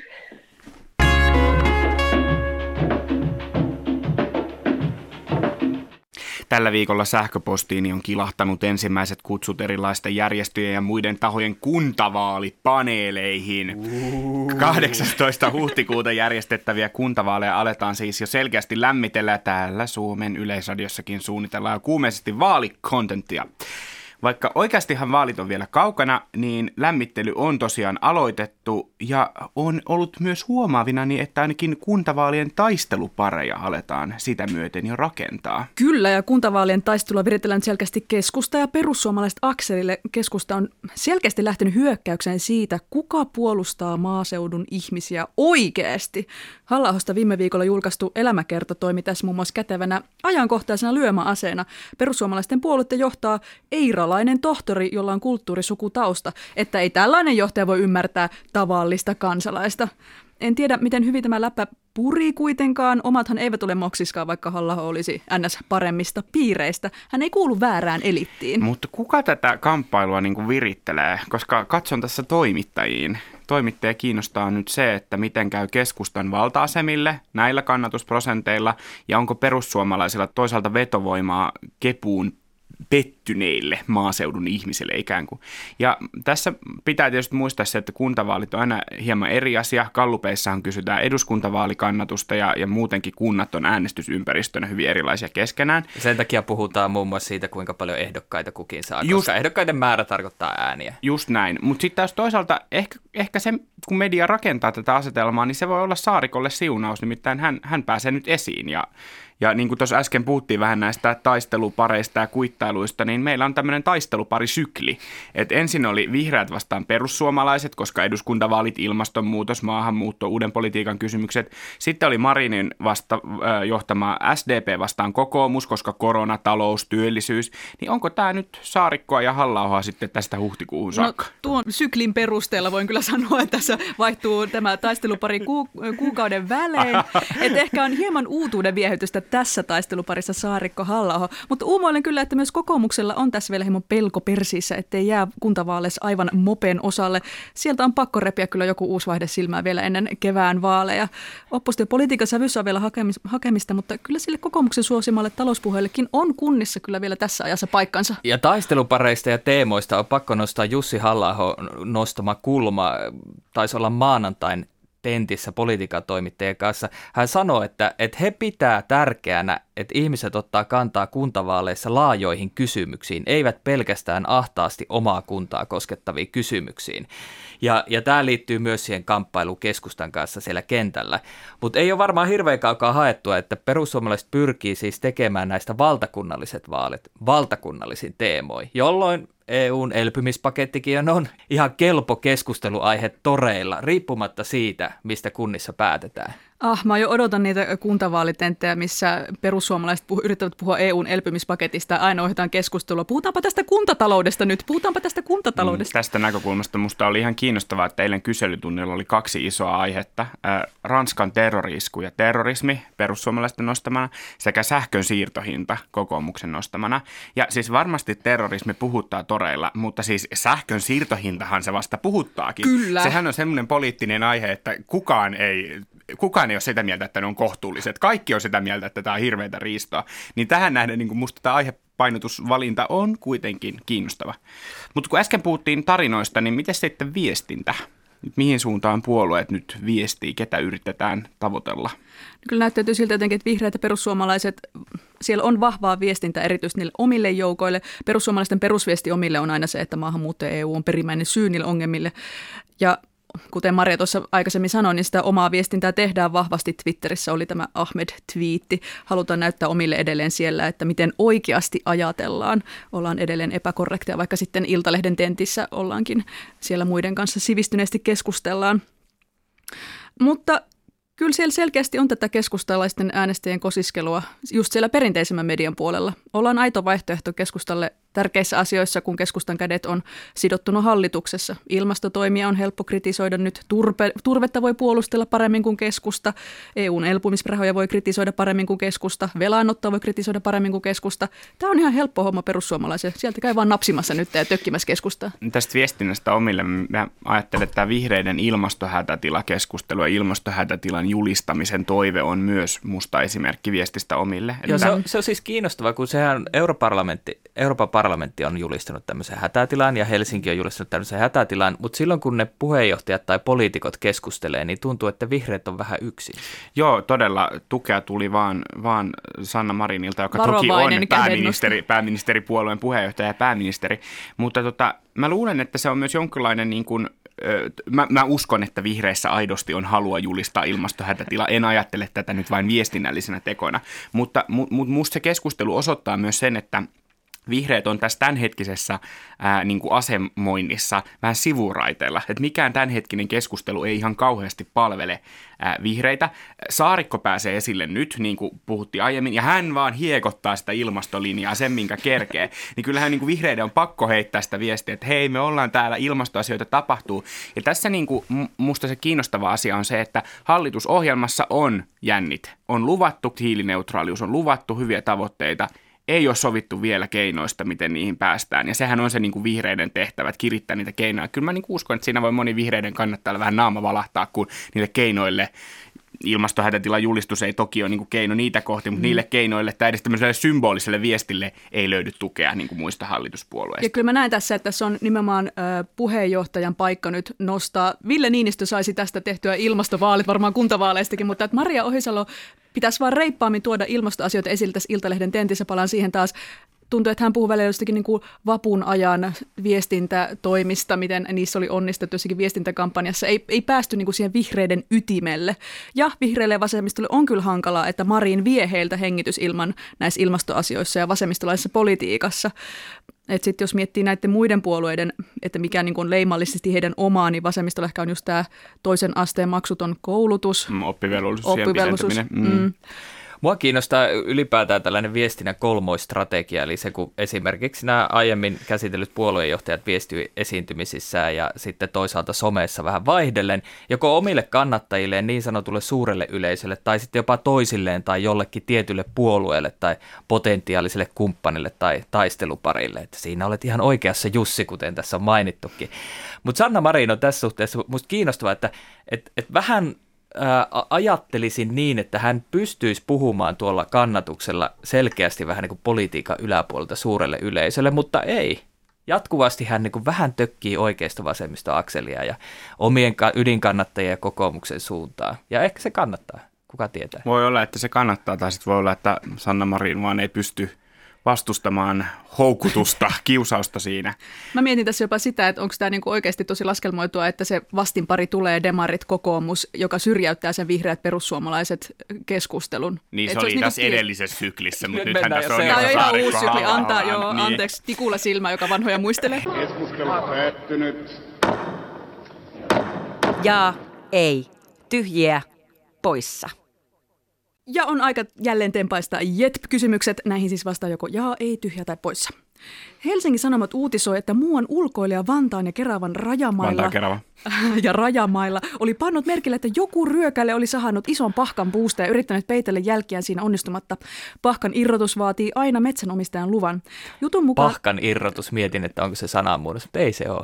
Tällä viikolla sähköpostiini on kilahtanut ensimmäiset kutsut erilaisten järjestöjen ja muiden tahojen kuntavaalipaneeleihin. kahdeksastoista huhtikuuta järjestettäviä kuntavaaleja aletaan siis jo selkeästi lämmitellä ja täällä Suomen Yleisradiossakin suunnitellaan jo kuumeisesti vaalikontenttia. Vaikka oikeastihan vaalit on vielä kaukana, niin lämmittely on tosiaan aloitettu ja on ollut myös huomaavinani, että ainakin kuntavaalien taistelupareja aletaan sitä myöten jo rakentaa. Kyllä, ja kuntavaalien taistelua viritellään selkeästi keskusta ja perussuomalaiset akselille. Keskusta on selkeästi lähtenyt hyökkäykseen siitä, kuka puolustaa maaseudun ihmisiä oikeasti. Halla-ahosta viime viikolla julkaistu elämäkerta toimi tässä muun muassa kätevänä ajankohtaisena lyömäaseena. Perussuomalaisten puoluetta johtaa Eira lainen tohtori, jolla on kulttuurisukutausta, että ei tällainen johtaja voi ymmärtää tavallista kansalaista. En tiedä, miten hyvin tämä läppä puri kuitenkaan. Omathan eivät ole moksiskaan, vaikka Halla-aho olisi ns. Paremmista piireistä. Hän ei kuulu väärään elittiin. Mutta kuka tätä kamppailua niin kuin virittelee? Koska katson tässä toimittajiin. Toimittajia kiinnostaa nyt se, että miten käy keskustan valta-asemille näillä kannatusprosenteilla ja onko perussuomalaisilla toisaalta vetovoimaa kepuun pettyneille maaseudun ihmisille ikään kuin. Ja tässä pitää tietysti muistaa se, että kuntavaalit on aina hieman eri asia. Gallupeissahan kysytään eduskuntavaalikannatusta ja, ja muutenkin kunnat on äänestysympäristönä hyvin erilaisia keskenään. Sen takia puhutaan muun muassa siitä, kuinka paljon ehdokkaita kukin saa, Just, koska ehdokkaiden määrä tarkoittaa ääniä. Just näin, mutta sitten taas toisaalta ehkä, ehkä se, kun media rakentaa tätä asetelmaa, niin se voi olla Saarikolle siunaus, nimittäin hän, hän pääsee nyt esiin ja Ja niin kuin tuossa äsken puhuttiin vähän näistä taistelupareista ja kuittailuista, niin meillä on tämmöinen taisteluparisykli. Et ensin oli vihreät vastaan perussuomalaiset, koska eduskuntavaalit, ilmastonmuutos, maahanmuutto, uuden politiikan kysymykset. Sitten oli Marinin vasta, äh, johtama S D P vastaan kokoomus, koska korona, talous, työllisyys. Niin onko tämä nyt Saarikkoa ja Halla-ahoa sitten tästä huhtikuuhun saakka? No, tuon syklin perusteella voin kyllä sanoa, että tässä vaihtuu tämä taistelupari ku, kuukauden välein. Että ehkä on hieman uutuuden viehätystä tässä taisteluparissa Saarikko Halla-aho, mutta uumoilen kyllä, että myös kokoomuksella on tässä vielä hieman pelko persiissä, ettei jää kuntavaaleissa aivan mopen osalle. Sieltä on pakko repiä kyllä joku uusi vaihde silmää vielä ennen kevään vaaleja. Oppositiopolitiikan sävyssä on vielä hakemista, mutta kyllä sille kokoomuksen suosimalle talouspuheellekin on kunnissa kyllä vielä tässä ajassa paikkansa. Ja taistelupareista ja teemoista on pakko nostaa Jussi Halla-aho nostama kulma, taisi olla maanantain tentissä politiikan toimittajien kanssa. Hän sanoi, että, että he pitää tärkeänä, että ihmiset ottaa kantaa kuntavaaleissa laajoihin kysymyksiin, eivät pelkästään ahtaasti omaa kuntaa koskettaviin kysymyksiin. Ja, ja tämä liittyy myös siihen kamppailuun keskustan kanssa siellä kentällä. Mutta ei ole varmaan hirveän kaukaa haettua, että perussuomalaiset pyrkii siis tekemään näistä valtakunnalliset vaalit valtakunnallisin teemoin, jolloin E U:n elpymispakettikin on ihan kelpo keskusteluaihe toreilla, riippumatta siitä, mistä kunnissa päätetään. Ah, mä jo odotan niitä kuntavaalitenttejä, missä perussuomalaiset puhu, yrittävät puhua E U:n elpymispaketista ja aina ohjataan keskustelua. Puhutaanpa tästä kuntataloudesta nyt, puhutaanpa tästä kuntataloudesta. Mm, tästä näkökulmasta musta oli ihan kiinnostavaa, että eilen kyselytunnilla oli kaksi isoa aihetta. Äh, Ranskan terrori-isku ja terrorismi perussuomalaisten nostamana sekä sähkön siirtohinta kokoomuksen nostamana. Ja siis varmasti terrorismi puhuttaa toreilla, mutta siis sähkön siirtohintahan se vasta puhuttaakin. Kyllä. Sehän on semmoinen poliittinen aihe, että kukaan ei... Kukaan ei ole sitä mieltä, että ne on kohtuulliset. Kaikki on sitä mieltä, että tämä on hirveätä riistoa. Niin tähän nähden niin musta tämä aihepainotusvalinta on kuitenkin kiinnostava. Mutta kun äsken puhuttiin tarinoista, niin miten sitten viestintä? Mihin suuntaan puolueet nyt viestii, ketä yritetään tavoitella? Kyllä näyttäytyy siltä jotenkin, että vihreät ja perussuomalaiset, siellä on vahvaa viestintää erityisesti niille omille joukoille. Perussuomalaisten perusviesti omille on aina se, että maahanmuutto ja E U on perimmäinen syy niille ongelmille. Ja kuten Maria tuossa aikaisemmin sanoi, niin sitä omaa viestintää tehdään vahvasti. Twitterissä oli tämä Ahmed-twiitti. Halutaan näyttää omille edelleen siellä, että miten oikeasti ajatellaan. Ollaan edelleen epäkorrekteja, vaikka sitten Iltalehden tentissä ollaankin siellä muiden kanssa sivistyneesti keskustellaan. Mutta kyllä siellä selkeästi on tätä keskustalaisten äänestäjien kosiskelua just siellä perinteisemmän median puolella. Ollaan aito vaihtoehto keskustalle tärkeissä asioissa, kun keskustan kädet on sidottuna hallituksessa. Ilmastotoimia on helppo kritisoida nyt. Turpe, turvetta voi puolustella paremmin kuin keskusta. E U:n elpymisrahoja voi kritisoida paremmin kuin keskusta. Velanottoa voi kritisoida paremmin kuin keskusta. Tämä on ihan helppo homma perussuomalaisia. Sieltä käy vaan napsimassa nyt ja tökkimässä keskustaa. Tästä viestinnästä omille. Mä ajattelen, että tämä vihreiden ilmastohätätilakeskustelu ja ilmastohätätilan julistamisen toive on myös musta esimerkki viestistä omille. Joo, se, on, se on siis kiinnostavaa, kun sehän Europarlamentti, Euroopan parlamentti on julistanut tämmöisen hätätilan ja Helsinki on julistanut tämmöisen hätätilan, mutta silloin kun ne puheenjohtajat tai poliitikot keskustelee, niin tuntuu, että vihreät on vähän yksin. Joo, todella tukea tuli vaan, vaan Sanna Marinilta, joka Varovainen toki on pääministeri, pääministeripuolueen puheenjohtaja ja pääministeri, mutta tota, mä luulen, että se on myös jonkinlainen niin kuin Mä, mä uskon, että vihreissä aidosti on halua julistaa ilmastohätätila. En ajattele tätä nyt vain viestinnällisenä tekoina, mutta mu, mu, musta se keskustelu osoittaa myös sen, että vihreät on tässä tämänhetkisessä ää, niin kuin asemoinnissa vähän sivuraiteella, että mikään tämänhetkinen keskustelu ei ihan kauheasti palvele ää, vihreitä. Saarikko pääsee esille nyt, niin kuin puhuttiin aiemmin, ja hän vaan hiekottaa sitä ilmastolinjaa, sen minkä kerkee. Niin kyllähän niin kuin vihreiden on pakko heittää sitä viestiä, että hei, me ollaan täällä, ilmastoasioita tapahtuu. Ja tässä niin kuin, musta se kiinnostava asia on se, että hallitusohjelmassa on jännit, on luvattu hiilineutraalius, on luvattu hyviä tavoitteita, ei ole sovittu vielä keinoista, miten niihin päästään. Ja sehän on se niin kuin vihreiden tehtävä, että kirittää niitä keinoja. Kyllä mä niin kuin uskon, että siinä voi moni vihreiden kannattaa vähän naama valahtaa, kun niille keinoille, ilmastohätätilan julistus ei toki ole niin kuin keino niitä kohti, mutta mm. niille keinoille tai edes tämmöiselle symboliselle viestille ei löydy tukea niin kuin muista hallituspuolueista. Ja kyllä mä näen tässä, että tässä on nimenomaan äh, puheenjohtajan paikka nyt nostaa. Ville Niinistö saisi tästä tehtyä ilmastovaalit, varmaan kuntavaaleistakin, mutta että Maria Ohisalo pitäisi vaan reippaammin tuoda ilmastoasioita esille tässä Iltalehden tentissä. Palaan siihen taas. Tuntuu, että hän puhuu välillä jostakin niin kuin vapun ajan viestintätoimista, miten niissä oli onnistettu jossakin viestintäkampanjassa. Ei, ei päästy niin kuin siihen vihreiden ytimelle. Ja vihreille ja vasemmistolle on kyllä hankalaa, että Marin vie heiltä hengitysilman näissä ilmastoasioissa ja vasemmistolaisessa politiikassa. Että sitten jos miettii näiden muiden puolueiden, että mikä niin on leimallisesti heidän omaa, niin vasemmistolla ehkä on just tämä toisen asteen maksuton koulutus. Mm, oppivelvollisuus. Oppivelvollisuus. Mm. Mm. Mua kiinnostaa ylipäätään tällainen viestinnän kolmoistrategia, eli se, kun esimerkiksi nämä aiemmin käsitellyt puoluejohtajat viestivät esiintymisissään ja sitten toisaalta somessa vähän vaihdellen, joko omille kannattajilleen, niin sanotulle suurelle yleisölle, tai sitten jopa toisilleen tai jollekin tietylle puolueelle tai potentiaaliselle kumppanille tai taisteluparille. Että siinä olet ihan oikeassa, Jussi, kuten tässä on mainittukin. Mutta Sanna Marin on tässä suhteessa musta kiinnostavaa, että et, et vähän ajattelisin niin, että hän pystyisi puhumaan tuolla kannatuksella selkeästi vähän niin kuin politiikan yläpuolelta suurelle yleisölle, mutta ei. Jatkuvasti hän niin kuin vähän tökkii oikeista vasemmista akselia ja omien ydinkannattajien ja kokoomuksen suuntaan. Ja ehkä se kannattaa, kuka tietää. Voi olla, että se kannattaa, tai sitten voi olla, että Sanna Marin vaan ei pysty vastustamaan houkutusta, kiusausta siinä. Mä mietin tässä jopa sitä, että onko tämä niinku oikeasti tosi laskelmoitua, että se vastinpari tulee demarit kokoomus, joka syrjäyttää sen vihreät perussuomalaiset keskustelun. Niin, et se oli niinku tässä ti- edellisessä syklissä, mutta Nyt nythän tässä on Tämä on ihan uusi sykli, antaa joo, joo, niin. anteeksi, tikulla silmä, joka vanhoja muistelee. Keskustelu päättynyt. Jaa, ei, tyhjiä, poissa. Ja on aika jälleen tempaista Jet-kysymykset. Näihin siis vastaa joko jaa, ei, tyhjä tai poissa. Helsingin Sanomat uutisoi, että muuan ulkoilija Vantaan ja Keravan rajamailla, Vantaan Kerava. ja rajamailla oli pannut merkille, että joku ryökälle oli sahannut ison pahkan puusta ja yrittänyt peitellä jälkiään siinä onnistumatta. Pahkan irrotus vaatii aina metsänomistajan luvan. Jutun mukaan... Pahkan irrotus, mietin, että onko se sanamuodossa, mutta ei se ole.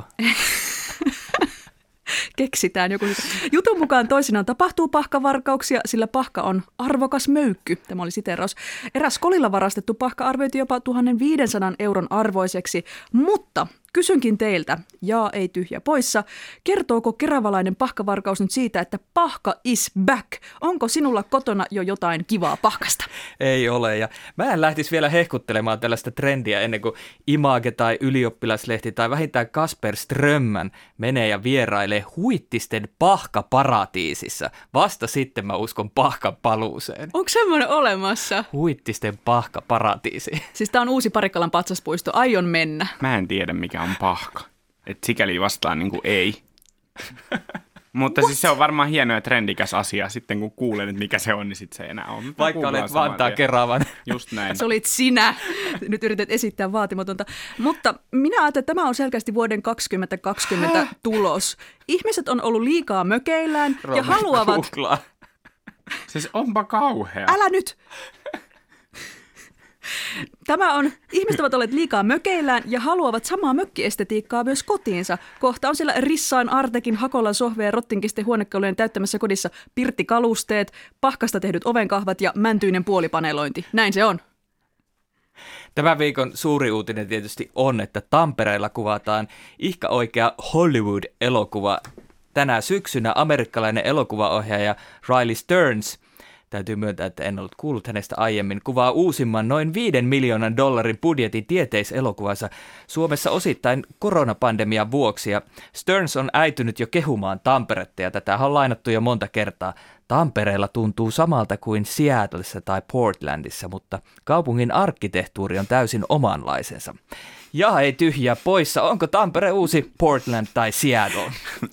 Keksitään joku. Jutun mukaan toisinaan tapahtuu pahkavarkauksia, sillä pahka on arvokas möykky. Tämä oli siteeraus. Eräs kolilla varastettu pahka arvioitiin jopa tuhatviisisataa euron arvoiseksi, mutta kysynkin teiltä, jaa, ei, tyhjä poissa, kertooko keravalainen pahkavarkaus nyt siitä, että pahka is back? Onko sinulla kotona jo jotain kivaa pahkasta? Ei ole, ja mä en lähtisi vielä hehkuttelemaan tällaista trendiä ennen kuin Image tai Ylioppilaslehti tai vähintään Kasper Strömmän menee ja vierailee Huittisten pahkaparatiisissa. Vasta sitten mä uskon pahkan paluuseen. Onko semmoinen olemassa? Huittisten pahkaparatiisi. Siis tää on uusi Parikkalan patsaspuisto, aion mennä. Mä en tiedä, mikä on pahka. Et sikäli vastaan niin kuin ei. Mutta What? Siis se on varmaan hieno ja trendikäs asia. Sitten kun kuulen, että mikä se on, niin sitten se ei enää ole. Vaikka olet Vantaan Keravan. Just näin. Se olit sinä. Nyt yrität esittää vaatimatonta. Mutta minä ajattelen, että tämä on selkeästi vuoden kaksituhattakaksikymmentä Häh? tulos. Ihmiset on ollut liikaa mökeillään Robert ja haluavat... Googlaa. Siis onpa kauhea. Älä nyt! Tämä on, ihmiset ovat olleet liikaa mökeillään ja haluavat samaa mökkiestetiikkaa myös kotiinsa. Kohta on siellä Rissain, Artekin, Hakolan, Sohveen ja Rottinkisten huonekalujen täyttämässä kodissa pirttikalusteet, pahkasta tehdyt ovenkahvat ja mäntyinen puolipanelointi. Näin se on. Tämän viikon suuri uutinen tietysti on, että Tampereella kuvataan ihka oikea Hollywood-elokuva. Tänä syksynä amerikkalainen elokuvaohjaaja Riley Stearns, täytyy myöntää, että en ollut kuullut hänestä aiemmin, kuvaa uusimman noin viiden miljoonan dollarin budjetin tieteiselokuvansa Suomessa osittain koronapandemian vuoksi. Ja Stearns on äitynyt jo kehumaan Tamperetta ja tätä on lainattu jo monta kertaa. Tampereella tuntuu samalta kuin Seattleissa tai Portlandissa, mutta kaupungin arkkitehtuuri on täysin omanlaisensa. Ja ei tyhjää poissa. Onko Tampere uusi Portland tai Seattle?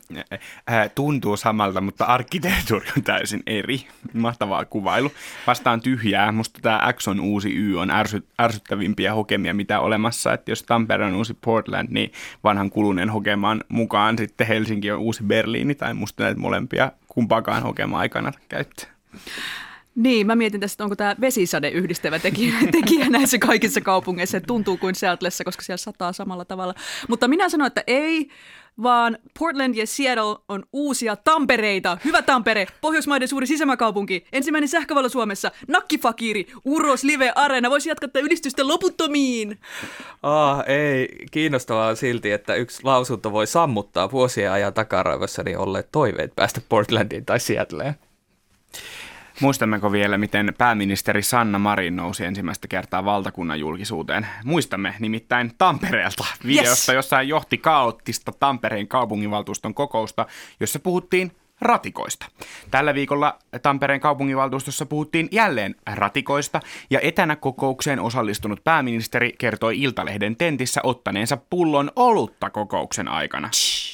Tuntuu samalta, mutta arkkitehtuuri on täysin eri. Mahtavaa kuvailu. Vastaan tyhjää. Musta tämä X on uusi Y on ärsy, ärsyttävimpiä hokemia, mitä olemassa. Että jos Tampere on uusi Portland, niin vanhan kuluneen hokemaan mukaan sitten Helsinki on uusi Berliini. Tai musta näitä molempia kumpaakaan hokemaan aikana käyttää. Niin, mä mietin tässä, että onko tämä vesisade yhdistävä tekijä, tekijä näissä kaikissa kaupungeissa. Se tuntuu kuin Seattlessa, koska siellä sataa samalla tavalla. Mutta minä sanon, että ei, vaan Portland ja Seattle on uusia Tampereita. Hyvä Tampere, Pohjoismaiden suuri sisämäkaupunki, ensimmäinen sähkövalo Suomessa, Nakkifakiri, Uros Live Arena. Voisi jatkaa ylistystä loputtomiin. Ah, ei. Kiinnostavaa on silti, että yksi lausunto voi sammuttaa vuosien ajan takaraivossani olleet toiveet päästä Portlandiin tai Seattleen. Muistammeko vielä, miten pääministeri Sanna Marin nousi ensimmäistä kertaa valtakunnan julkisuuteen? Muistamme nimittäin Tampereelta videosta, yes. jossa hän johti kaoottista Tampereen kaupunginvaltuuston kokousta, jossa puhuttiin ratikoista. Tällä viikolla Tampereen kaupunginvaltuustossa puhuttiin jälleen ratikoista ja etänä kokoukseen osallistunut pääministeri kertoi Iltalehden tentissä ottaneensa pullon olutta kokouksen aikana.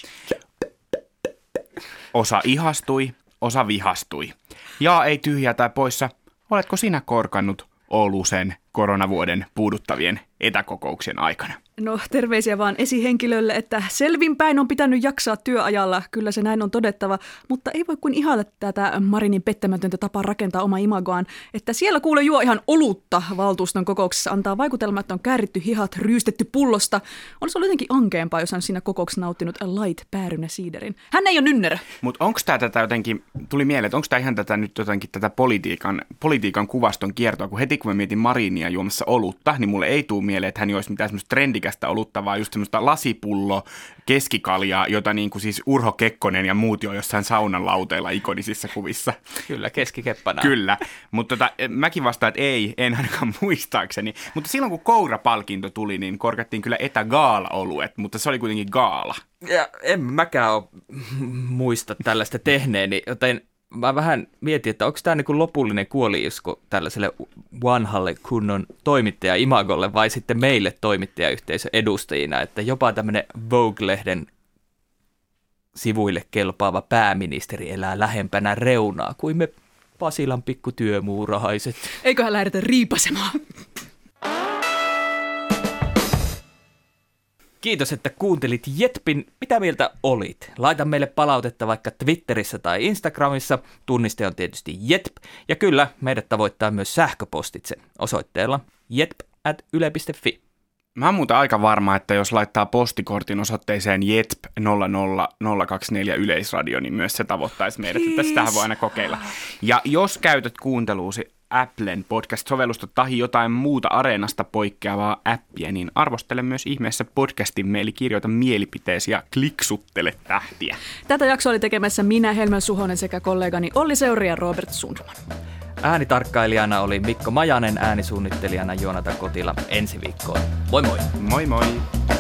Osa ihastui, osa vihastui. Ja ei tyhjää tai poissa, oletko sinä korkannut olusen koronavuoden puuduttavien etäkokouksien aikana? No terveisiä vaan esihenkilölle, että selvinpäin on pitänyt jaksaa työajalla. Kyllä se näin on todettava, mutta ei voi kuin ihailla tätä Marinin pettämätöntä tapaa rakentaa oma imagoaan, että siellä kuule juo ihan olutta valtuuston kokouksessa. Antaa vaikutelma, että on kääritty hihat, ryystetty pullosta. Olisi ollut jotenkin ankeampaa, jos hän siinä kokouksessa nauttinut light päärynä siiderin. Hän ei ole nynnerö. Mutta onko tämä tätä jotenkin, tuli mieleen, että onko tämä ihan tätä nyt jotenkin tätä politiikan, politiikan kuvaston kiertoa, kun heti kun mä mietin Marinia juomassa olutta, niin mulle ei tule mieleen, että hän joisi mitään semmoista trendikästä olutta, vaan just semmoista lasipullo, keskikaljaa, jota niin kuin siis Urho Kekkonen ja muut jo jossain saunan lauteilla ikonisissa kuvissa. Kyllä, keskikeppana. Kyllä, mutta tota, mäkin vastaan, että ei, en ainakaan muistaakseni. Mutta silloin kun Koura-palkinto tuli, niin korkattiin kyllä etägaala-oluet, mutta se oli kuitenkin gaala. Ja en mäkään ole muista tällaista tehneeni, joten mä vähän mietin, että onko tämä niin kuin lopullinen kuoliusko tällaiselle vanhalle kunnon toimittaja-imagolle vai sitten meille toimittajayhteisön edustajina, että jopa tämmöinen Vogue-lehden sivuille kelpaava pääministeri elää lähempänä reunaa kuin me Pasilan pikku työmuurahaiset. Eiköhän lähdetä riipasemaan. Kiitos, että kuuntelit Jetpin. Mitä mieltä olit? Laita meille palautetta vaikka Twitterissä tai Instagramissa. Tunniste on tietysti Jetp. Ja kyllä, meidät tavoittaa myös sähköpostitse osoitteella jetp at yle piste fi. Mä oon muuten aika varma, että jos laittaa postikortin osoitteeseen jetp nolla nolla nolla kaksi neljä Yleisradio, niin myös se tavoittaisi meidät. Että sitähän voi aina kokeilla. Ja jos käytät kuunteluusi Applen podcast-sovellusta tai jotain muuta Areenasta poikkeavaa appia, niin arvostele myös ihmeessä podcastimme, eli kirjoita mielipiteesi ja kliksuttele tähtiä. Tätä jaksoa oli tekemässä minä, Helmen Suhonen, sekä kollegani Olli Seuri ja Robert Sundman. Äänitarkkailijana oli Mikko Majanen, äänisuunnittelijana Joonatan Kotila. Ensi viikkoon. Moi moi! Moi moi!